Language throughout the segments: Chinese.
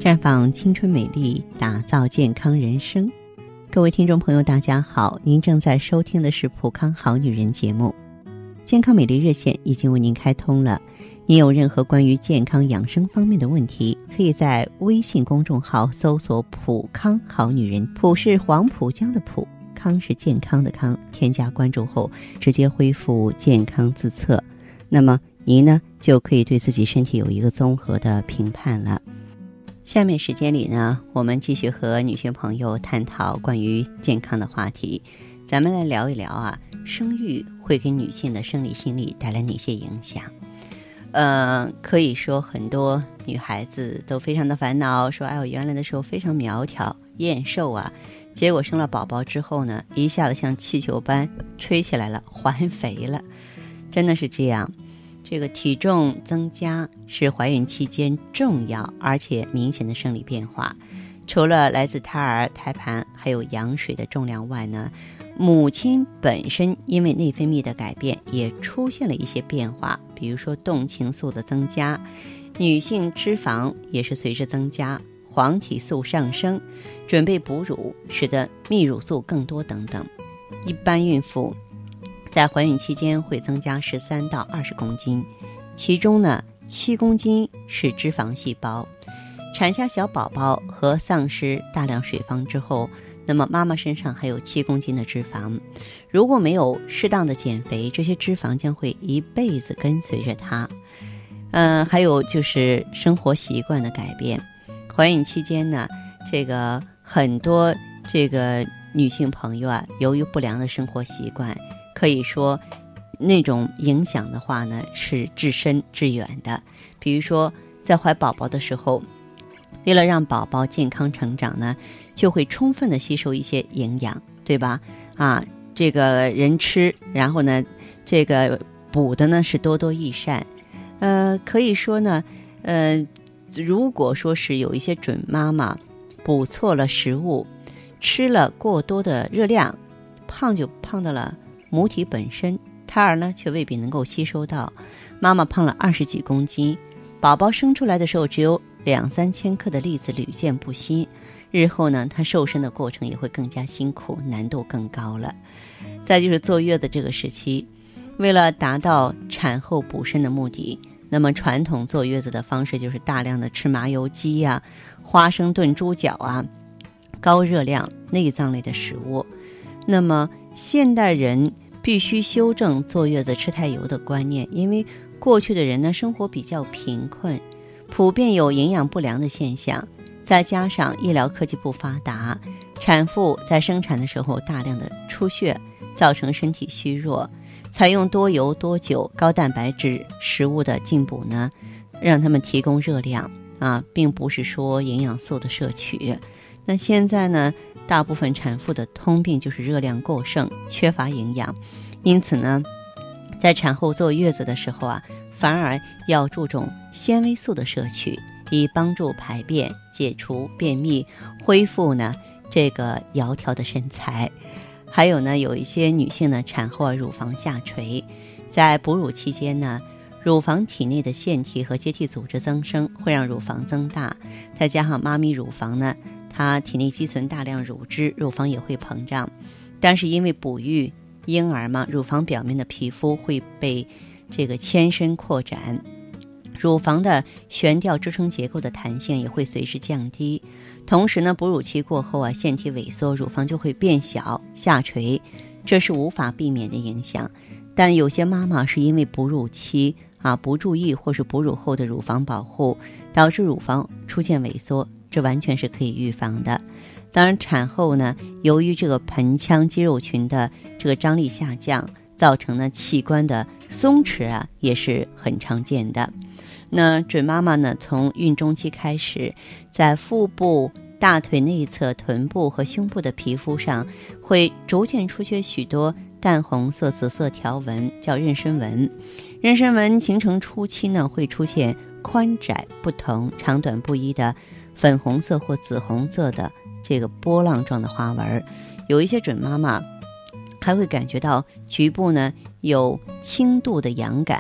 绽放青春美丽，打造健康人生。各位听众朋友大家好，您正在收听的是普康好女人节目。健康美丽热线已经为您开通了，您有任何关于健康养生方面的问题，可以在微信公众号搜索普康好女人，普是黄浦江的浦，康是健康的康，添加关注后直接恢复健康自测，那么您呢就可以对自己身体有一个综合的评判了。下面时间里呢，我们继续和女性朋友探讨关于健康的话题。咱们来聊一聊啊，生育会给女性的生理心理带来哪些影响？可以说很多女孩子都非常的烦恼，说哎，我原来的时候非常苗条燕瘦啊，结果生了宝宝之后呢，一下子像气球般吹起来了，环肥了。真的是这样。这个体重增加是怀孕期间重要而且明显的生理变化，除了来自胎儿、胎盘还有羊水的重量外呢，母亲本身因为内分泌的改变也出现了一些变化，比如说动情素的增加，女性脂肪也是随之增加，黄体素上升，准备哺乳使得泌乳素更多等等。一般孕妇在怀孕期间会增加13到20公斤，其中呢7公斤是脂肪细胞。产下小宝宝和丧失大量水分之后，那么妈妈身上还有7公斤的脂肪，如果没有适当的减肥，这些脂肪将会一辈子跟随着她。还有就是生活习惯的改变。怀孕期间呢，很多女性朋友啊，由于不良的生活习惯，可以说那种影响的话呢，是至深至远的。比如说在怀宝宝的时候，为了让宝宝健康成长呢，就会充分的吸收一些营养，对吧？这个人吃，然后呢这个补的呢是多多益善。可以说呢如果说是有一些准妈妈补错了食物，吃了过多的热量，胖就胖到了母体本身，胎儿呢却未必能够吸收到。妈妈胖了20几公斤，宝宝生出来的时候只有2-3千克的粒子，屡见不鲜。日后呢，她瘦身的过程也会更加辛苦，难度更高了。再就是坐月子这个时期，为了达到产后补身的目的，那么传统坐月子的方式就是大量的吃麻油鸡呀、花生炖猪脚啊，高热量内脏类的食物。那么现代人必须修正坐月子吃太油的观念，因为过去的人呢生活比较贫困，普遍有营养不良的现象，再加上医疗科技不发达，产妇在生产的时候大量的出血，造成身体虚弱。采用多油多酒高蛋白质食物的进补呢，让他们提供热量并不是说营养素的摄取。那现在呢，大部分产妇的通病就是热量过剩，缺乏营养，因此呢，在产后坐月子的时候反而要注重纤维素的摄取，以帮助排便、解除便秘、恢复呢这个窈窕的身材。还有呢，有一些女性呢产后乳房下垂，在哺乳期间呢，乳房体内的腺体和结缔组织增生，会让乳房增大，再加上妈咪乳房呢，它体内积存大量乳汁，乳房也会膨胀。但是因为哺育婴儿嘛，乳房表面的皮肤会被牵伸扩展，乳房的悬吊支撑结构的弹性也会随之降低。同时呢，哺乳期过后腺体萎缩，乳房就会变小下垂，这是无法避免的影响。但有些妈妈是因为哺乳期不注意，或是哺乳后的乳房保护，导致乳房出现萎缩，这完全是可以预防的。当然产后呢，由于这个盆腔肌肉群的张力下降，造成呢器官的松弛也是很常见的。那准妈妈呢，从孕中期开始，在腹部、大腿内侧、臀部和胸部的皮肤上会逐渐出现许多淡红色、紫色条纹，叫妊娠纹。妊娠纹形成初期呢，会出现宽窄不同、长短不一的粉红色或紫红色的波浪状的花纹。有一些准妈妈还会感觉到局部呢有轻度的痒感，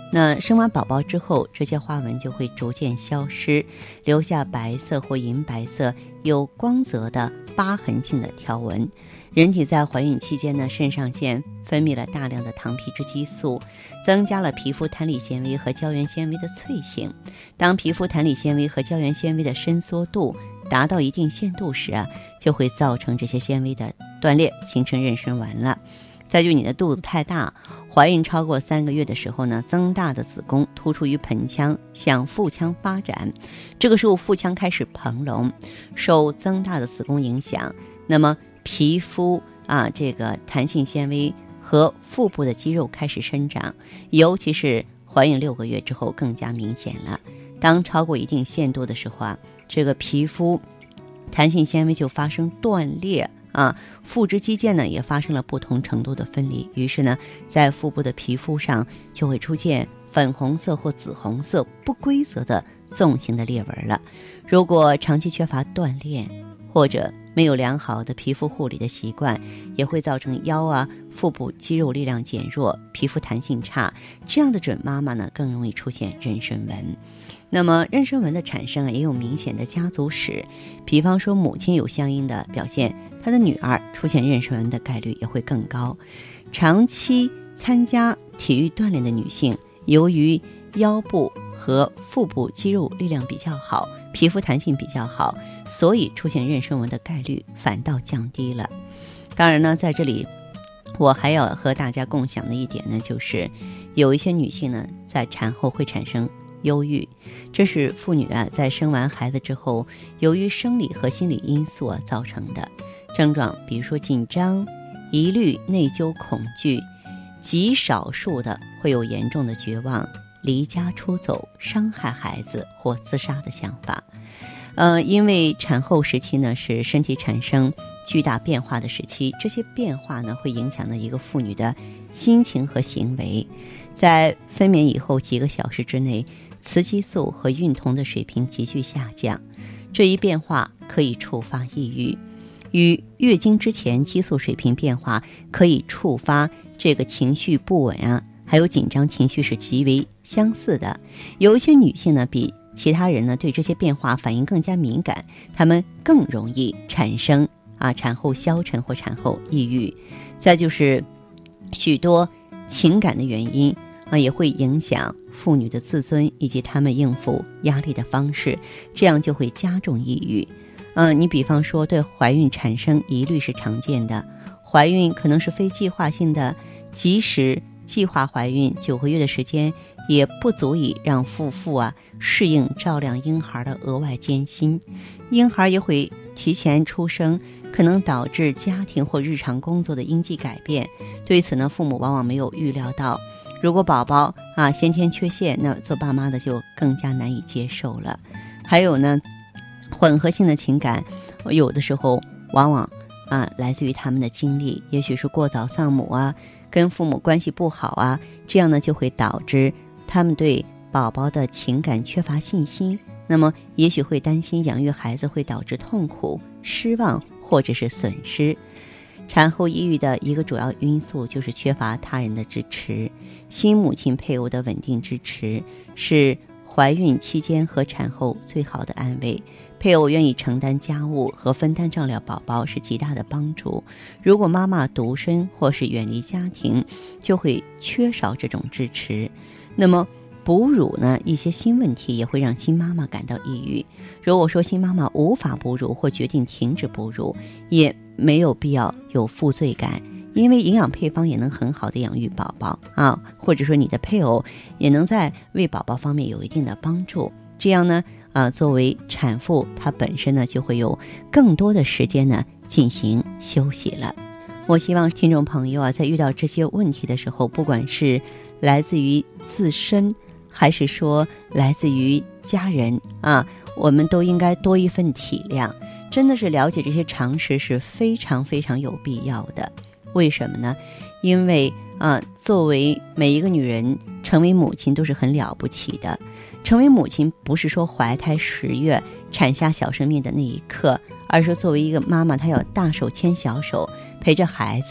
那生完宝宝之后，这些花纹就会逐渐消失，留下白色或银白色有光泽的疤痕性的条纹。人体在怀孕期间呢，肾上腺分泌了大量的糖皮质激素，增加了皮肤弹力纤维和胶原纤维的脆性。当皮肤弹力纤维和胶原纤维的伸缩度达到一定限度时就会造成这些纤维的断裂，形成妊娠纹了。再就你的肚子太大，怀孕超过3个月的时候呢，增大的子宫突出于盆腔，向腹腔发展。这个时候腹腔开始膨隆，受增大的子宫影响，那么皮肤这个弹性纤维和腹部的肌肉开始生长，尤其是怀孕6个月之后更加明显了。当超过一定限度的时候这个皮肤弹性纤维就发生断裂腹直肌腱呢也发生了不同程度的分离，于是呢，在腹部的皮肤上就会出现粉红色或紫红色不规则的纵形的裂纹了。如果长期缺乏锻炼，或者没有良好的皮肤护理的习惯，也会造成腰腹部肌肉力量减弱，皮肤弹性差。这样的准妈妈呢，更容易出现妊娠纹。那么妊娠纹的产生也有明显的家族史，比方说母亲有相应的表现，她的女儿出现妊娠纹的概率也会更高。长期参加体育锻炼的女性，由于腰部和腹部肌肉力量比较好，皮肤弹性比较好，所以出现妊娠纹的概率反倒降低了。当然呢，在这里我还要和大家共享的一点呢，就是有一些女性呢，在产后会产生忧郁，这是妇女在生完孩子之后，由于生理和心理因素造成的症状，比如说紧张、疑虑、内疚、恐惧，极少数的会有严重的绝望、离家出走、伤害孩子或自杀的想法。因为产后时期呢是身体产生巨大变化的时期，这些变化呢会影响到一个妇女的心情和行为。在分娩以后几个小时之内，雌激素和孕酮的水平急剧下降，这一变化可以触发抑郁。与月经之前激素水平变化可以触发这个情绪不稳还有紧张情绪是极为相似的。有一些女性呢比其他人呢对这些变化反应更加敏感，她们更容易产生产后消沉或产后抑郁。再就是许多情感的原因也会影响妇女的自尊以及她们应付压力的方式，这样就会加重抑郁。你比方说对怀孕产生疑虑是常见的，怀孕可能是非计划性的，即使计划怀孕9个月的时间，也不足以让妇适应照料婴孩的额外艰辛。婴孩也会提前出生，可能导致家庭或日常工作的应激改变。对此呢，父母往往没有预料到。如果宝宝先天缺陷，那做爸妈的就更加难以接受了。还有呢，混合性的情感有的时候往往来自于他们的经历，也许是过早丧母跟父母关系不好这样呢就会导致他们对宝宝的情感缺乏信心，那么也许会担心养育孩子会导致痛苦、失望或者是损失。产后抑郁的一个主要因素就是缺乏他人的支持，新母亲配偶的稳定支持是怀孕期间和产后最好的安慰。配偶愿意承担家务和分担照料宝宝是极大的帮助。如果妈妈独身或是远离家庭，就会缺少这种支持。那么哺乳呢，一些新问题也会让新妈妈感到抑郁。如果说新妈妈无法哺乳或决定停止哺乳，也没有必要有负罪感，因为营养配方也能很好的养育宝宝或者说你的配偶也能在为宝宝方面有一定的帮助。这样呢作为产妇，她本身呢就会有更多的时间呢进行休息了。我希望听众朋友在遇到这些问题的时候，不管是来自于自身，还是说来自于家人我们都应该多一份体谅。真的是了解这些常识是非常非常有必要的。为什么呢？因为作为每一个女人，成为母亲都是很了不起的。成为母亲不是说怀胎10月产下小生命的那一刻，而是作为一个妈妈，她要大手牵小手陪着孩子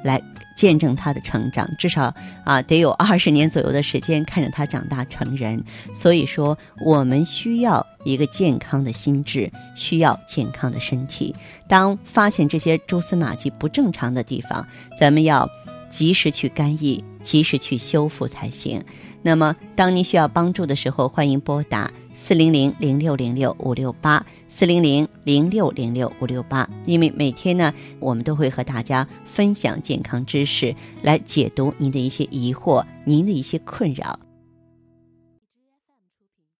来见证他的成长，至少得有20年左右的时间看着他长大成人。所以说我们需要一个健康的心智，需要健康的身体。当发现这些蛛丝马迹不正常的地方，咱们要及时去干预，及时去修复才行。那么当您需要帮助的时候，欢迎拨打400-0606-568，400-0606-568。因为每天呢，我们都会和大家分享健康知识，来解读您的一些疑惑，您的一些困扰。